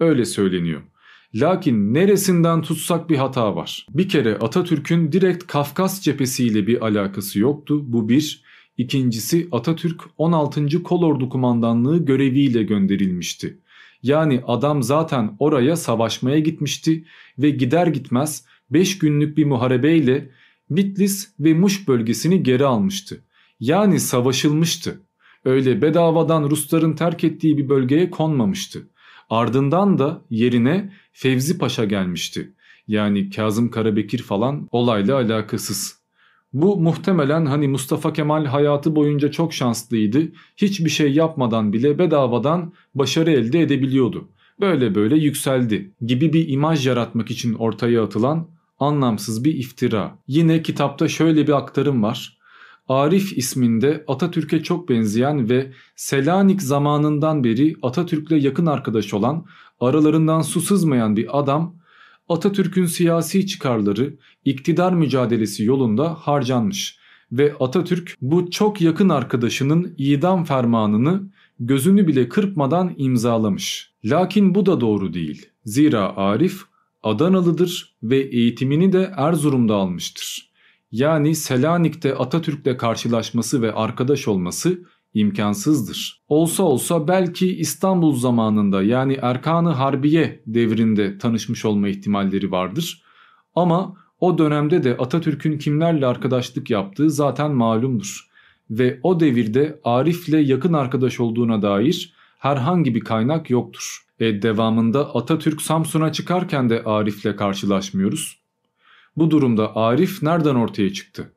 Öyle söyleniyor. Lakin neresinden tutsak bir hata var. Bir kere Atatürk'ün direkt Kafkas cephesiyle bir alakası yoktu. Bu bir. İkincisi, Atatürk 16. Kolordu Kumandanlığı göreviyle gönderilmişti. Yani adam zaten oraya savaşmaya gitmişti ve gider gitmez 5 günlük bir muharebeyle Bitlis ve Muş bölgesini geri almıştı. Yani savaşılmıştı. Öyle bedavadan Rusların terk ettiği bir bölgeye konmamıştı. Ardından da yerine Fevzi Paşa gelmişti. Yani Kazım Karabekir falan olayla alakasız. Bu muhtemelen hani Mustafa Kemal hayatı boyunca çok şanslıydı. Hiçbir şey yapmadan bile bedavadan başarı elde edebiliyordu. Böyle böyle yükseldi gibi bir imaj yaratmak için ortaya atılan anlamsız bir iftira. Yine kitapta şöyle bir aktarım var. Arif isminde Atatürk'e çok benzeyen ve Selanik zamanından beri Atatürk'le yakın arkadaş olan, aralarından su sızmayan bir adam, Atatürk'ün siyasi çıkarları, iktidar mücadelesi yolunda harcanmış ve Atatürk bu çok yakın arkadaşının idam fermanını gözünü bile kırpmadan imzalamış. Lakin bu da doğru değil. Zira Arif Adanalıdır ve eğitimini de Erzurum'da almıştır. Yani Selanik'te Atatürk'le karşılaşması ve arkadaş olması imkansızdır. Olsa olsa belki İstanbul zamanında yani Erkan-ı Harbiye devrinde tanışmış olma ihtimalleri vardır. Ama o dönemde de Atatürk'ün kimlerle arkadaşlık yaptığı zaten malumdur. Ve o devirde Arif'le yakın arkadaş olduğuna dair herhangi bir kaynak yoktur. Devamında Atatürk Samsun'a çıkarken de Arif'le karşılaşmıyoruz. Bu durumda Arif nereden ortaya çıktı?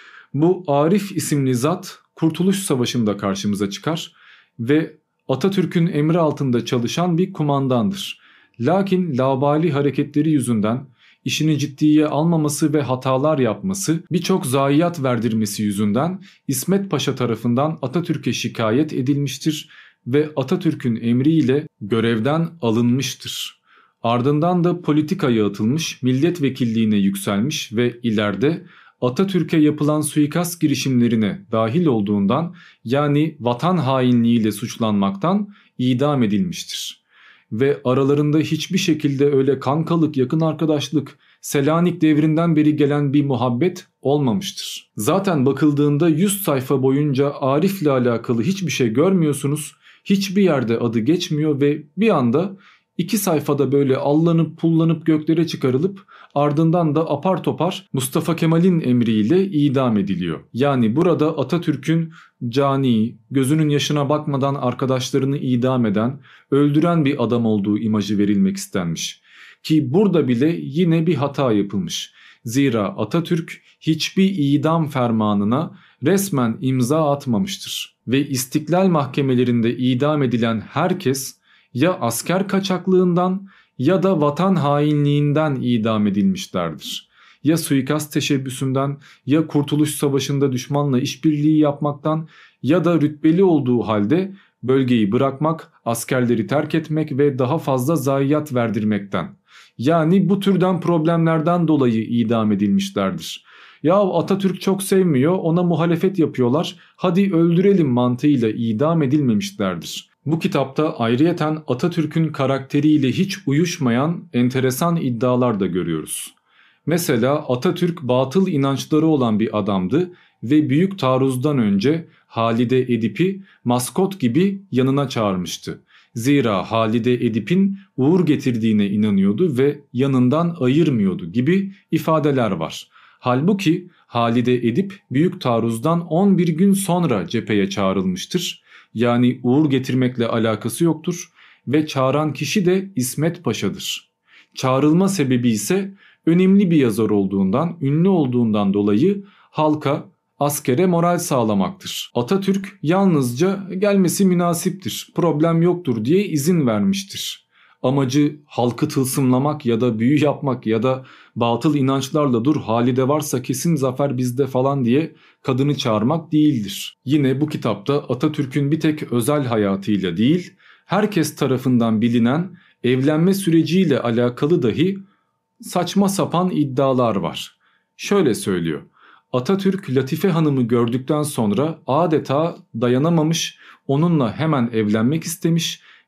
Bu Arif isimli zat Kurtuluş Savaşı'nda karşımıza çıkar ve Atatürk'ün emri altında çalışan bir kumandandır. Lakin laubali hareketleri yüzünden işini ciddiye almaması ve hatalar yapması, birçok zayiat verdirmesi yüzünden İsmet Paşa tarafından Atatürk'e şikayet edilmiştir ve Atatürk'ün emriyle görevden alınmıştır. Ardından da politikaya atılmış, milletvekilliğine yükselmiş ve ileride Atatürk'e yapılan suikast girişimlerine dahil olduğundan yani vatan hainliğiyle suçlanmaktan idam edilmiştir. Ve aralarında hiçbir şekilde öyle kankalık, yakın arkadaşlık, Selanik devrinden beri gelen bir muhabbet olmamıştır. Zaten bakıldığında 100 sayfa boyunca Arif'le alakalı hiçbir şey görmüyorsunuz. Hiçbir yerde adı geçmiyor ve bir anda 2 sayfada böyle allanıp pullanıp göklere çıkarılıp ardından da apar topar Mustafa Kemal'in emriyle idam ediliyor. Yani burada Atatürk'ün cani, gözünün yaşına bakmadan arkadaşlarını idam eden, öldüren bir adam olduğu imajı verilmek istenmiş. Ki burada bile yine bir hata yapılmış. Zira Atatürk hiçbir idam fermanına resmen imza atmamıştır. Ve istiklal mahkemelerinde idam edilen herkes ya asker kaçaklığından ya da vatan hainliğinden idam edilmişlerdir. Ya suikast teşebbüsünden ya Kurtuluş Savaşı'nda düşmanla işbirliği yapmaktan ya da rütbeli olduğu halde bölgeyi bırakmak, askerleri terk etmek ve daha fazla zayiat verdirmekten. Yani bu türden problemlerden dolayı idam edilmişlerdir. Ya Atatürk çok sevmiyor, ona muhalefet yapıyorlar, hadi öldürelim mantığıyla idam edilmemişlerdir. Bu kitapta ayrıyeten Atatürk'ün karakteriyle hiç uyuşmayan enteresan iddialar da görüyoruz. Mesela Atatürk batıl inançları olan bir adamdı ve büyük taarruzdan önce Halide Edip'i maskot gibi yanına çağırmıştı. Zira Halide Edip'in uğur getirdiğine inanıyordu ve yanından ayırmıyordu gibi ifadeler var. Halbuki Halide Edip büyük taarruzdan 11 gün sonra cepheye çağrılmıştır. Yani uğur getirmekle alakası yoktur ve çağıran kişi de İsmet Paşa'dır. Çağrılma sebebi ise önemli bir yazar olduğundan, ünlü olduğundan dolayı halka, askere moral sağlamaktır. Atatürk yalnızca gelmesi münasiptir, problem yoktur diye izin vermiştir. Amacı halkı tılsımlamak ya da büyü yapmak ya da batıl inançlarla dur Halide varsa kesin zafer bizde falan diye kadını çağırmak değildir. Yine bu kitapta Atatürk'ün bir tek özel hayatıyla değil, herkes tarafından bilinen evlenme süreciyle alakalı dahi saçma sapan iddialar var. Şöyle söylüyor. Atatürk Latife Hanım'ı gördükten sonra adeta dayanamamış, onunla hemen evlenmek istemiş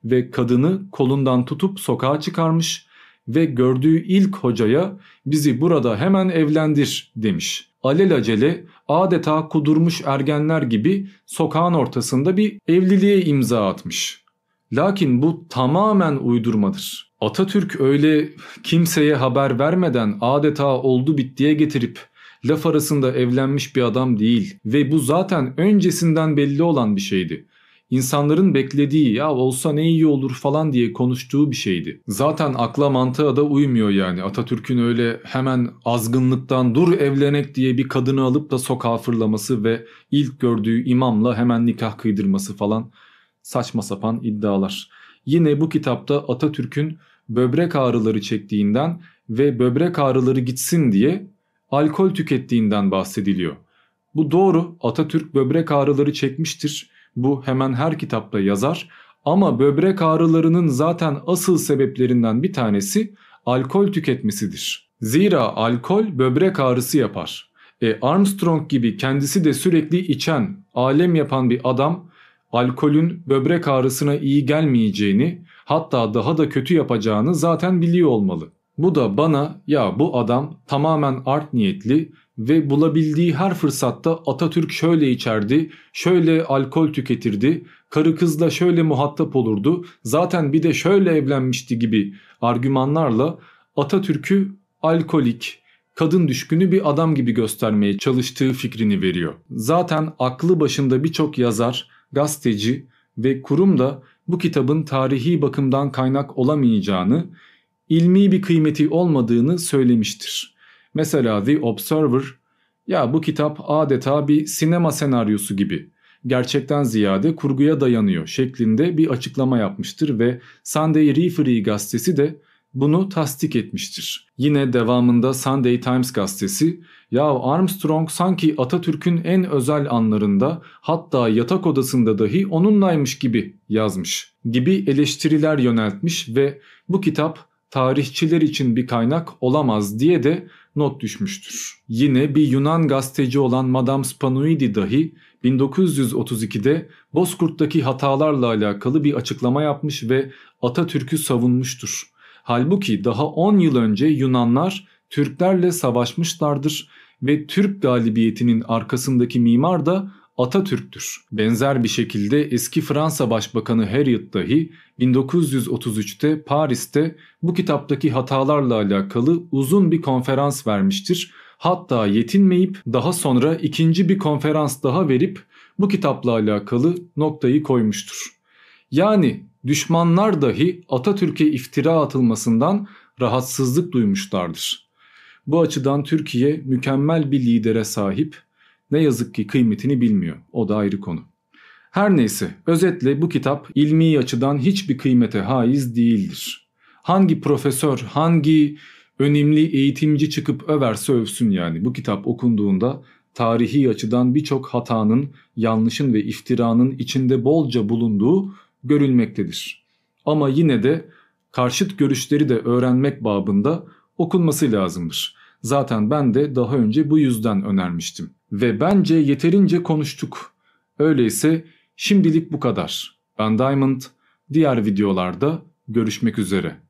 ve kadını kolundan tutup sokağa çıkarmış ve gördüğü ilk hocaya bizi burada hemen evlendir demiş. Alelacele adeta kudurmuş ergenler gibi sokağın ortasında bir evliliğe imza atmış. Lakin bu tamamen uydurmadır. Atatürk öyle kimseye haber vermeden adeta oldu bittiye getirip laf arasında evlenmiş bir adam değil ve bu zaten öncesinden belli olan bir şeydi. İnsanların beklediği ya olsa ne iyi olur falan diye konuştuğu bir şeydi. Zaten akla mantığa da uymuyor yani. Atatürk'ün öyle hemen azgınlıktan dur evlenek diye bir kadını alıp da sokağa fırlaması ve ilk gördüğü imamla hemen nikah kıydırması falan saçma sapan iddialar. Yine bu kitapta Atatürk'ün böbrek ağrıları çektiğinden ve böbrek ağrıları gitsin diye alkol tükettiğinden bahsediliyor. Bu doğru, Atatürk böbrek ağrıları çekmiştir. Bu hemen her kitapta yazar ama böbrek ağrılarının zaten asıl sebeplerinden bir tanesi alkol tüketmesidir. Zira alkol böbrek ağrısı yapar. Armstrong gibi kendisi de sürekli içen, alem yapan bir adam alkolün böbrek ağrısına iyi gelmeyeceğini, hatta daha da kötü yapacağını zaten biliyor olmalı. Bu da bana ya bu adam tamamen art niyetli ve bulabildiği her fırsatta Atatürk şöyle içerdi, şöyle alkol tüketirdi, karı kızla şöyle muhatap olurdu, zaten bir de şöyle evlenmişti gibi argümanlarla Atatürk'ü alkolik, kadın düşkünü bir adam gibi göstermeye çalıştığı fikrini veriyor. Zaten aklı başında birçok yazar, gazeteci ve kurum da bu kitabın tarihi bakımdan kaynak olamayacağını, ilmi bir kıymeti olmadığını söylemiştir. Mesela The Observer, ya bu kitap adeta bir sinema senaryosu gibi, gerçekten ziyade kurguya dayanıyor şeklinde bir açıklama yapmıştır ve Sunday Referee gazetesi de bunu tasdik etmiştir. Yine devamında Sunday Times gazetesi, ya Armstrong sanki Atatürk'ün en özel anlarında, hatta yatak odasında dahi onunlaymış gibi yazmış gibi eleştiriler yöneltmiş ve bu kitap tarihçiler için bir kaynak olamaz diye de not düşmüştür. Yine bir Yunan gazeteci olan Madame Spanoidi dahi 1932'de Bozkurt'taki hatalarla alakalı bir açıklama yapmış ve Atatürk'ü savunmuştur. Halbuki daha 10 yıl önce Yunanlar Türklerle savaşmışlardır ve Türk galibiyetinin arkasındaki mimar da Atatürk'tür. Benzer bir şekilde eski Fransa Başbakanı Heriot dahi 1933'te Paris'te bu kitaptaki hatalarla alakalı uzun bir konferans vermiştir. Hatta yetinmeyip daha sonra ikinci bir konferans daha verip bu kitapla alakalı noktayı koymuştur. Yani düşmanlar dahi Atatürk'e iftira atılmasından rahatsızlık duymuşlardır. Bu açıdan Türkiye mükemmel bir lidere sahip, ne yazık ki kıymetini bilmiyor. O da ayrı konu. Her neyse, özetle bu kitap ilmi açıdan hiçbir kıymete haiz değildir. Hangi profesör, hangi önemli eğitimci çıkıp överse övsün yani bu kitap okunduğunda tarihi açıdan birçok hatanın, yanlışın ve iftiranın içinde bolca bulunduğu görülmektedir. Ama yine de karşıt görüşleri de öğrenmek babında okunması lazımdır. Zaten ben de daha önce bu yüzden önermiştim. Ve bence yeterince konuştuk. Öyleyse şimdilik bu kadar. Ben Diamond, diğer videolarda görüşmek üzere.